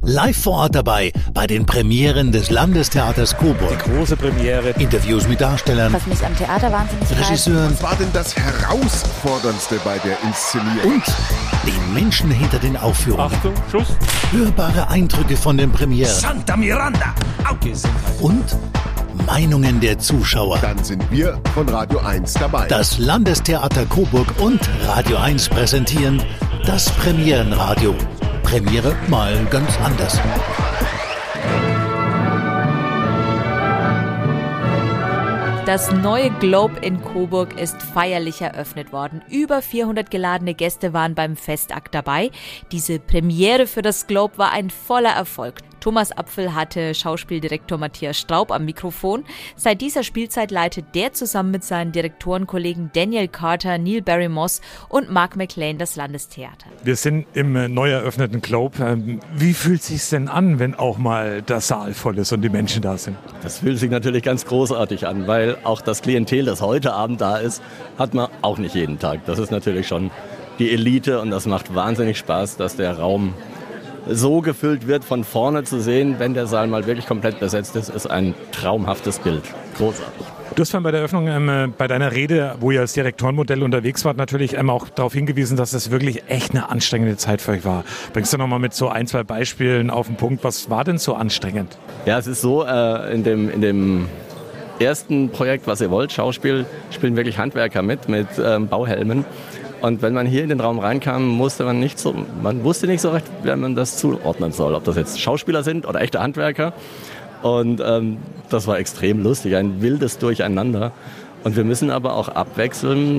Live vor Ort dabei bei den Premieren des Landestheaters Coburg. Die große Premiere. Interviews mit Darstellern. Was mich am Theater wahnsinnig Regisseuren. Was war denn das Herausforderndste bei der Inszenierung? Und den Menschen hinter den Aufführungen. Achtung, Schuss. Hörbare Eindrücke von den Premieren. Santa Miranda. Und Meinungen der Zuschauer. Dann sind wir von Radio 1 dabei. Das Landestheater Coburg und Radio 1 präsentieren das Premierenradio. Premiere mal ganz anders. Das neue Globe in Coburg ist feierlich eröffnet worden. Über 400 geladene Gäste waren beim Festakt dabei. Diese Premiere für das Globe war ein voller Erfolg. Thomas Apfel hatte Schauspieldirektor Matthias Straub am Mikrofon. Seit dieser Spielzeit leitet der zusammen mit seinen Direktorenkollegen Daniel Carter, Neil Barry Moss und Mark McLean das Landestheater. Wir sind im neu eröffneten Globe. Wie fühlt es sich denn an, wenn auch mal der Saal voll ist und die Menschen da sind? Das fühlt sich natürlich ganz großartig an, weil auch das Klientel, das heute Abend da ist, hat man auch nicht jeden Tag. Das ist natürlich schon die Elite und das macht wahnsinnig Spaß, dass der Raum so gefüllt wird, von vorne zu sehen, wenn der Saal mal wirklich komplett besetzt ist ein traumhaftes Bild. Großartig. Du hast vorhin bei der Eröffnung, bei deiner Rede, wo ihr als Direktorenmodell unterwegs wart, natürlich auch darauf hingewiesen, dass das wirklich echt eine anstrengende Zeit für euch war. Bringst du noch mal mit so ein, zwei Beispielen auf den Punkt, was war denn so anstrengend? Ja, es ist so, in dem ersten Projekt, was ihr wollt, Schauspiel, spielen wirklich Handwerker mit Bauhelmen. Und wenn man hier in den Raum reinkam, wusste man nicht so recht, wie man das zuordnen soll. Ob das jetzt Schauspieler sind oder echte Handwerker. Und das war extrem lustig, ein wildes Durcheinander. Und wir müssen aber auch abwechseln.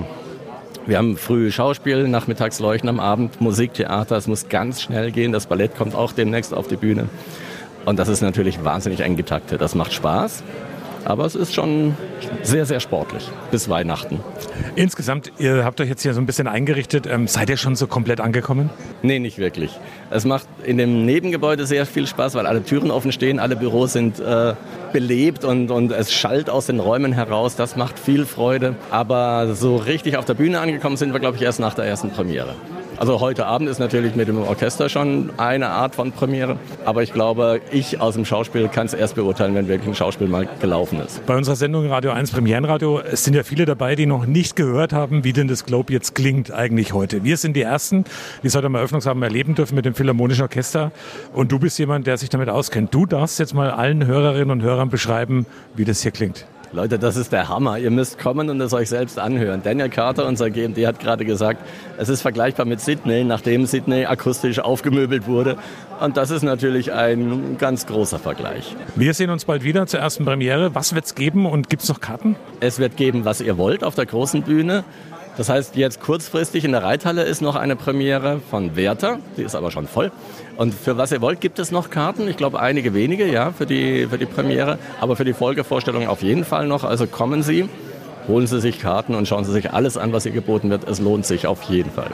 Wir haben früh Schauspiel, nachmittags Leuchten am Abend, Musiktheater. Es muss ganz schnell gehen. Das Ballett kommt auch demnächst auf die Bühne. Und das ist natürlich wahnsinnig eng getaktet. Das macht Spaß. Aber es ist schon sehr, sehr sportlich bis Weihnachten. Insgesamt, ihr habt euch jetzt hier so ein bisschen eingerichtet. Seid ihr schon so komplett angekommen? Nee, nicht wirklich. Es macht in dem Nebengebäude sehr viel Spaß, weil alle Türen offen stehen, alle Büros sind belebt und es schallt aus den Räumen heraus. Das macht viel Freude. Aber so richtig auf der Bühne angekommen sind wir, glaube ich, erst nach der ersten Premiere. Also heute Abend ist natürlich mit dem Orchester schon eine Art von Premiere. Aber ich glaube, ich aus dem Schauspiel kann es erst beurteilen, wenn wirklich ein Schauspiel mal gelaufen ist. Bei unserer Sendung Radio 1 Premierenradio, es sind ja viele dabei, die noch nicht gehört haben, wie denn das Globe jetzt klingt eigentlich heute. Wir sind die Ersten, die es heute am Eröffnungsabend erleben dürfen mit dem Philharmonischen Orchester. Und du bist jemand, der sich damit auskennt. Du darfst jetzt mal allen Hörerinnen und Hörern beschreiben, wie das hier klingt. Leute, das ist der Hammer. Ihr müsst kommen und es euch selbst anhören. Daniel Carter, unser GMD, hat gerade gesagt, es ist vergleichbar mit Sydney, nachdem Sydney akustisch aufgemöbelt wurde. Und das ist natürlich ein ganz großer Vergleich. Wir sehen uns bald wieder zur ersten Premiere. Was wird's geben und gibt's noch Karten? Es wird geben, was ihr wollt auf der großen Bühne. Das heißt, jetzt kurzfristig in der Reithalle ist noch eine Premiere von Werther. Die ist aber schon voll. Und für was ihr wollt, gibt es noch Karten. Ich glaube, einige wenige, ja, für die Premiere. Aber für die Folgevorstellung auf jeden Fall noch. Also kommen Sie, holen Sie sich Karten und schauen Sie sich alles an, was hier geboten wird. Es lohnt sich auf jeden Fall.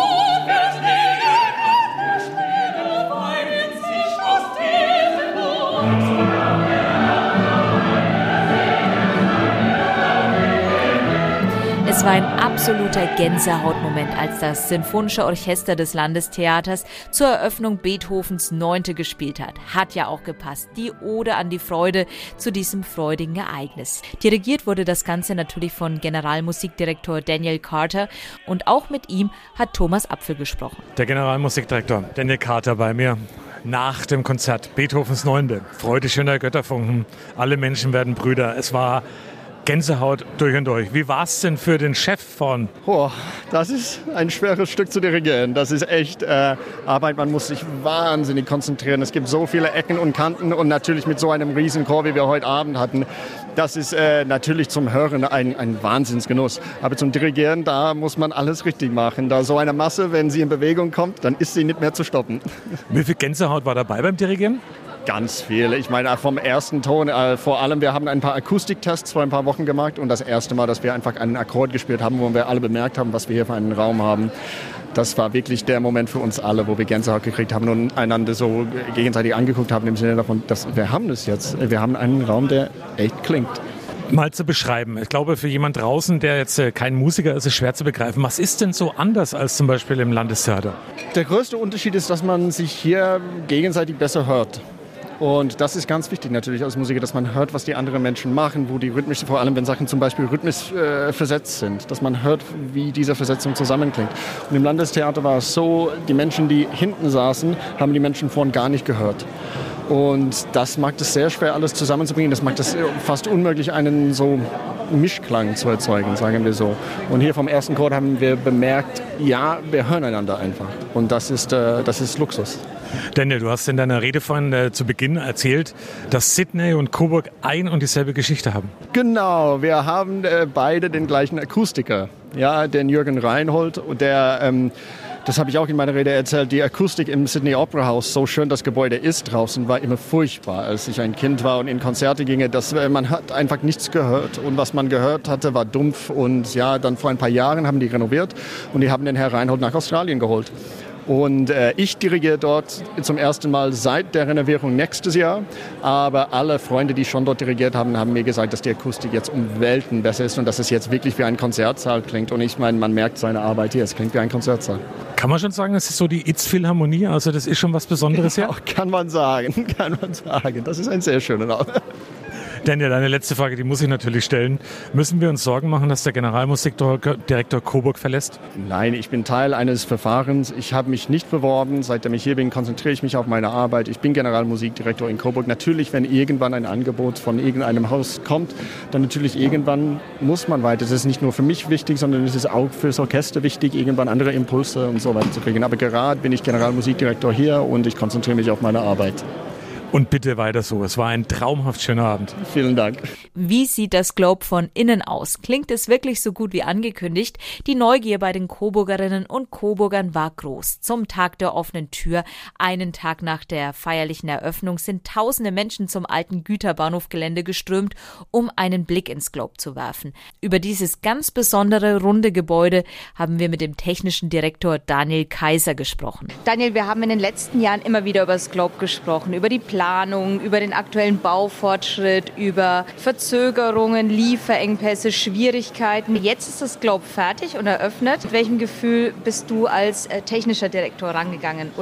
Es war ein absoluter Gänsehautmoment, als das Sinfonische Orchester des Landestheaters zur Eröffnung Beethovens 9. gespielt hat. Hat ja auch gepasst. Die Ode an die Freude zu diesem freudigen Ereignis. Dirigiert wurde das Ganze natürlich von Generalmusikdirektor Daniel Carter und auch mit ihm hat Thomas Apfel gesprochen. Der Generalmusikdirektor Daniel Carter bei mir. Nach dem Konzert Beethovens 9. Freude schöner Götterfunken. Alle Menschen werden Brüder. Es war Gänsehaut durch und durch. Wie war es denn für den Chef von? Das ist ein schweres Stück zu dirigieren. Das ist echt Arbeit. Man muss sich wahnsinnig konzentrieren. Es gibt so viele Ecken und Kanten und natürlich mit so einem riesen Chor, wie wir heute Abend hatten. Das ist natürlich zum Hören ein Wahnsinnsgenuss. Aber zum Dirigieren, da muss man alles richtig machen. Da so eine Masse, wenn sie in Bewegung kommt, dann ist sie nicht mehr zu stoppen. Wie viel Gänsehaut war dabei beim Dirigieren? Ganz viel. Ich meine, vom ersten Ton, vor allem, wir haben ein paar Akustiktests vor ein paar Wochen gemacht und das erste Mal, dass wir einfach einen Akkord gespielt haben, wo wir alle bemerkt haben, was wir hier für einen Raum haben. Das war wirklich der Moment für uns alle, wo wir Gänsehaut gekriegt haben und einander so gegenseitig angeguckt haben, im Sinne davon, wir haben das jetzt. Wir haben einen Raum, der echt klingt. Mal zu beschreiben. Ich glaube, für jemand draußen, der jetzt kein Musiker ist, ist es schwer zu begreifen. Was ist denn so anders als zum Beispiel im Landestheater? Der größte Unterschied ist, dass man sich hier gegenseitig besser hört. Und das ist ganz wichtig natürlich als Musiker, dass man hört, was die anderen Menschen machen, wo die rhythmisch, vor allem wenn Sachen zum Beispiel rhythmisch versetzt sind, dass man hört, wie diese Versetzung zusammenklingt. Und im Landestheater war es so, die Menschen, die hinten saßen, haben die Menschen vorn gar nicht gehört. Und das macht es sehr schwer, alles zusammenzubringen. Das macht es fast unmöglich, einen so Mischklang zu erzeugen, sagen wir so. Und hier vom ersten Chor haben wir bemerkt, ja, wir hören einander einfach. Und das ist Luxus. Daniel, du hast in deiner Rede vorhin zu Beginn erzählt, dass Sydney und Coburg ein und dieselbe Geschichte haben. Genau, wir haben beide den gleichen Akustiker, ja, den Jürgen Reinhold, und der, das habe ich auch in meiner Rede erzählt, die Akustik im Sydney Opera House, so schön das Gebäude ist draußen, war immer furchtbar. Als ich ein Kind war und in Konzerte ginge, man hat einfach nichts gehört, und was man gehört hatte, war dumpf. Und ja, dann vor ein paar Jahren haben die renoviert und die haben den Herrn Reinhold nach Australien geholt. Und ich dirigiere dort zum ersten Mal seit der Renovierung nächstes Jahr. Aber alle Freunde, die schon dort dirigiert haben, haben mir gesagt, dass die Akustik jetzt um Welten besser ist und dass es jetzt wirklich wie ein Konzertsaal klingt. Und ich meine, man merkt seine Arbeit hier, es klingt wie ein Konzertsaal. Kann man schon sagen, das ist so die Itz-Philharmonie? Also das ist schon was Besonderes hier? Ja, kann man sagen. Das ist ein sehr schöner Name. Daniel, eine letzte Frage, die muss ich natürlich stellen. Müssen wir uns Sorgen machen, dass der Generalmusikdirektor Coburg verlässt? Nein, ich bin Teil eines Verfahrens. Ich habe mich nicht beworben. Seitdem ich hier bin, konzentriere ich mich auf meine Arbeit. Ich bin Generalmusikdirektor in Coburg. Natürlich, wenn irgendwann ein Angebot von irgendeinem Haus kommt, dann natürlich irgendwann muss man weiter. Das ist nicht nur für mich wichtig, sondern es ist auch fürs Orchester wichtig, irgendwann andere Impulse und so weiter zu kriegen. Aber gerade bin ich Generalmusikdirektor hier und ich konzentriere mich auf meine Arbeit. Und bitte weiter so. Es war ein traumhaft schöner Abend. Vielen Dank. Wie sieht das Globe von innen aus? Klingt es wirklich so gut wie angekündigt? Die Neugier bei den Coburgerinnen und Coburgern war groß. Zum Tag der offenen Tür, einen Tag nach der feierlichen Eröffnung, sind tausende Menschen zum alten Güterbahnhofgelände geströmt, um einen Blick ins Globe zu werfen. Über dieses ganz besondere runde Gebäude haben wir mit dem technischen Direktor Daniel Kaiser gesprochen. Daniel, wir haben in den letzten Jahren immer wieder über das Globe gesprochen, über die Planung, über den aktuellen Baufortschritt, über Verzögerungen, Lieferengpässe, Schwierigkeiten. Jetzt ist das Globe fertig und eröffnet. Mit welchem Gefühl bist du als technischer Direktor reingegangen?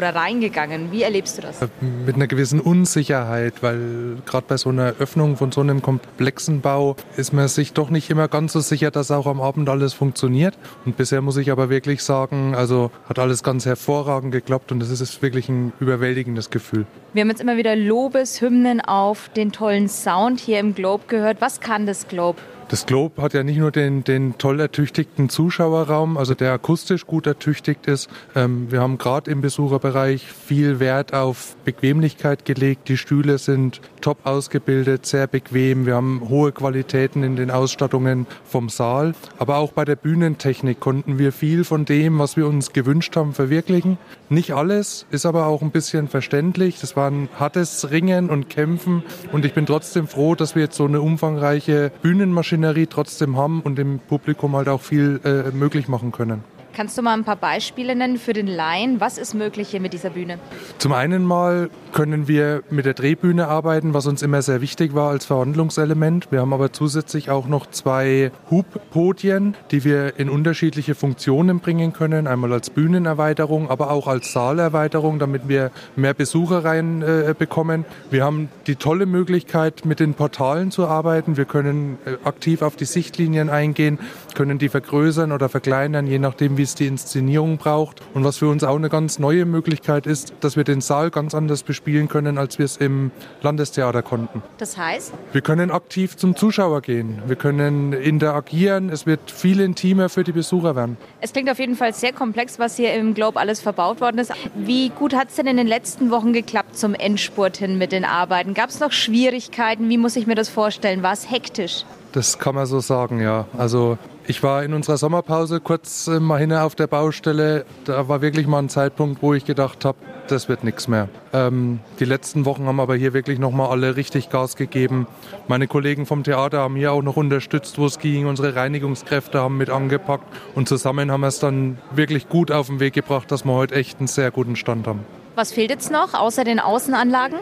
Wie erlebst du das? Mit einer gewissen Unsicherheit, weil gerade bei so einer Öffnung von so einem komplexen Bau ist man sich doch nicht immer ganz so sicher, dass auch am Abend alles funktioniert. Und bisher muss ich aber wirklich sagen, also hat alles ganz hervorragend geklappt und es ist wirklich ein überwältigendes Gefühl. Wir haben jetzt immer wieder Lobeshymnen auf den tollen Sound hier im Globe gehört. Was kann das Globe? Das Globe hat ja nicht nur den toll ertüchtigten Zuschauerraum, also der akustisch gut ertüchtigt ist. Wir haben gerade im Besucherbereich viel Wert auf Bequemlichkeit gelegt. Die Stühle sind top ausgebildet, sehr bequem. Wir haben hohe Qualitäten in den Ausstattungen vom Saal. Aber auch bei der Bühnentechnik konnten wir viel von dem, was wir uns gewünscht haben, verwirklichen. Nicht alles, ist aber auch ein bisschen verständlich. Das war ein hartes Ringen und Kämpfen. Und ich bin trotzdem froh, dass wir jetzt so eine umfangreiche Bühnenmaschinerie trotzdem haben und dem Publikum halt auch viel möglich machen können. Kannst du mal ein paar Beispiele nennen für den Laien? Was ist möglich hier mit dieser Bühne? Zum einen mal können wir mit der Drehbühne arbeiten, was uns immer sehr wichtig war als Verhandlungselement. Wir haben aber zusätzlich auch noch 2 Hubpodien, die wir in unterschiedliche Funktionen bringen können. Einmal als Bühnenerweiterung, aber auch als Saalerweiterung, damit wir mehr Besucher reinbekommen. Wir haben die tolle Möglichkeit, mit den Portalen zu arbeiten. Wir können aktiv auf die Sichtlinien eingehen, können die vergrößern oder verkleinern, je nachdem, wie es die Inszenierung braucht. Und was für uns auch eine ganz neue Möglichkeit ist, dass wir den Saal ganz anders bespielen können, als wir es im Landestheater konnten. Das heißt? Wir können aktiv zum Zuschauer gehen. Wir können interagieren. Es wird viel intimer für die Besucher werden. Es klingt auf jeden Fall sehr komplex, was hier im Globe alles verbaut worden ist. Wie gut hat es denn in den letzten Wochen geklappt zum Endspurt hin mit den Arbeiten? Gab es noch Schwierigkeiten? Wie muss ich mir das vorstellen? War es hektisch? Das kann man so sagen, ja. Also ich war in unserer Sommerpause kurz mal hin auf der Baustelle. Da war wirklich mal ein Zeitpunkt, wo ich gedacht habe, das wird nichts mehr. Die letzten Wochen haben aber hier wirklich noch mal alle richtig Gas gegeben. Meine Kollegen vom Theater haben hier auch noch unterstützt, wo es ging. Unsere Reinigungskräfte haben mit angepackt. Und zusammen haben wir es dann wirklich gut auf den Weg gebracht, dass wir heute echt einen sehr guten Stand haben. Was fehlt jetzt noch, außer den Außenanlagen?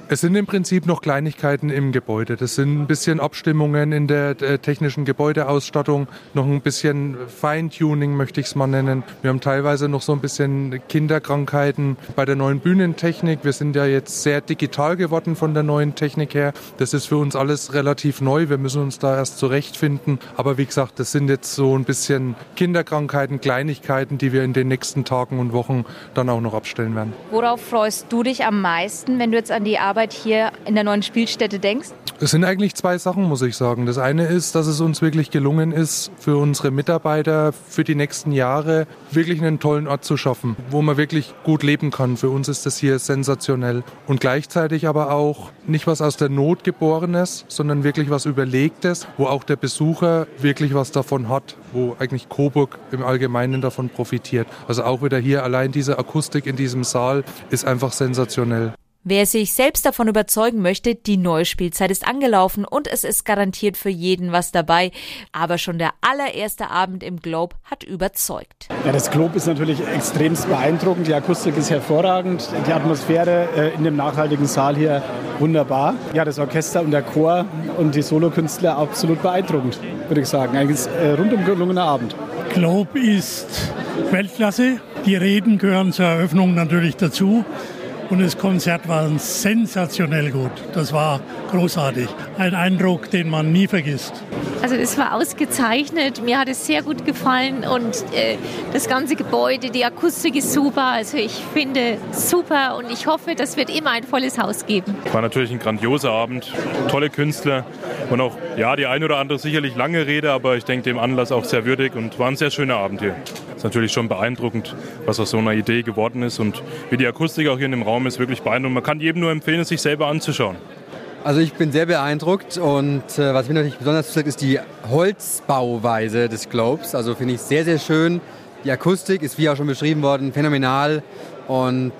Es sind im Prinzip noch Kleinigkeiten im Gebäude. Das sind ein bisschen Abstimmungen in der technischen Gebäudeausstattung, noch ein bisschen Feintuning möchte ich es mal nennen. Wir haben teilweise noch so ein bisschen Kinderkrankheiten bei der neuen Bühnentechnik. Wir sind ja jetzt sehr digital geworden von der neuen Technik her. Das ist für uns alles relativ neu. Wir müssen uns da erst zurechtfinden. Aber wie gesagt, das sind jetzt so ein bisschen Kinderkrankheiten, Kleinigkeiten, die wir in den nächsten Tagen und Wochen dann auch noch abstellen werden. Worauf freust du dich am meisten, wenn du jetzt an die Arbeit hier in der neuen Spielstätte denkst? Es sind eigentlich 2 Sachen, muss ich sagen. Das eine ist, dass es uns wirklich gelungen ist, für unsere Mitarbeiter für die nächsten Jahre wirklich einen tollen Ort zu schaffen, wo man wirklich gut leben kann. Für uns ist das hier sensationell. Und gleichzeitig aber auch nicht was aus der Not Geborenes, sondern wirklich was Überlegtes, wo auch der Besucher wirklich was davon hat, wo eigentlich Coburg im Allgemeinen davon profitiert. Also auch wieder hier allein diese Akustik in diesem Saal ist einfach sensationell. Wer sich selbst davon überzeugen möchte, die neue Spielzeit ist angelaufen und es ist garantiert für jeden was dabei. Aber schon der allererste Abend im Globe hat überzeugt. Ja, das Globe ist natürlich extremst beeindruckend. Die Akustik ist hervorragend. Die Atmosphäre in dem nachhaltigen Saal hier wunderbar. Ja, das Orchester und der Chor und die Solokünstler absolut beeindruckend, würde ich sagen. Ein rundum gelungener Abend. Globe ist Weltklasse. Die Reden gehören zur Eröffnung natürlich dazu. Und das Konzert war sensationell gut. Das war großartig. Ein Eindruck, den man nie vergisst. Also es war ausgezeichnet. Mir hat es sehr gut gefallen. Und das ganze Gebäude, die Akustik ist super. Also ich finde super. Und ich hoffe, das wird immer ein volles Haus geben. War natürlich ein grandioser Abend. Tolle Künstler. Und auch, ja, die eine oder andere sicherlich lange Rede. Aber ich denke, dem Anlass auch sehr würdig. Und war ein sehr schöner Abend hier. Ist natürlich schon beeindruckend, was aus so einer Idee geworden ist. Und wie die Akustik auch hier in dem Raum ist, wirklich beeindruckend. Man kann jedem nur empfehlen, es sich selber anzuschauen. Also ich bin sehr beeindruckt und was mir natürlich besonders zusagt, ist die Holzbauweise des Globes. Also finde ich sehr, sehr schön. Die Akustik ist, wie auch schon beschrieben worden, phänomenal. Und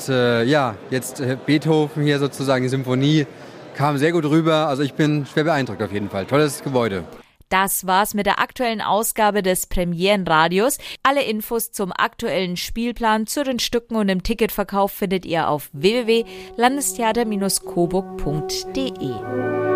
jetzt Beethoven hier sozusagen, die Symphonie, kam sehr gut rüber. Also ich bin schwer beeindruckt auf jeden Fall. Tolles Gebäude. Das war's mit der aktuellen Ausgabe des Premierenradios. Alle Infos zum aktuellen Spielplan, zu den Stücken und dem Ticketverkauf findet ihr auf www.landestheater-coburg.de.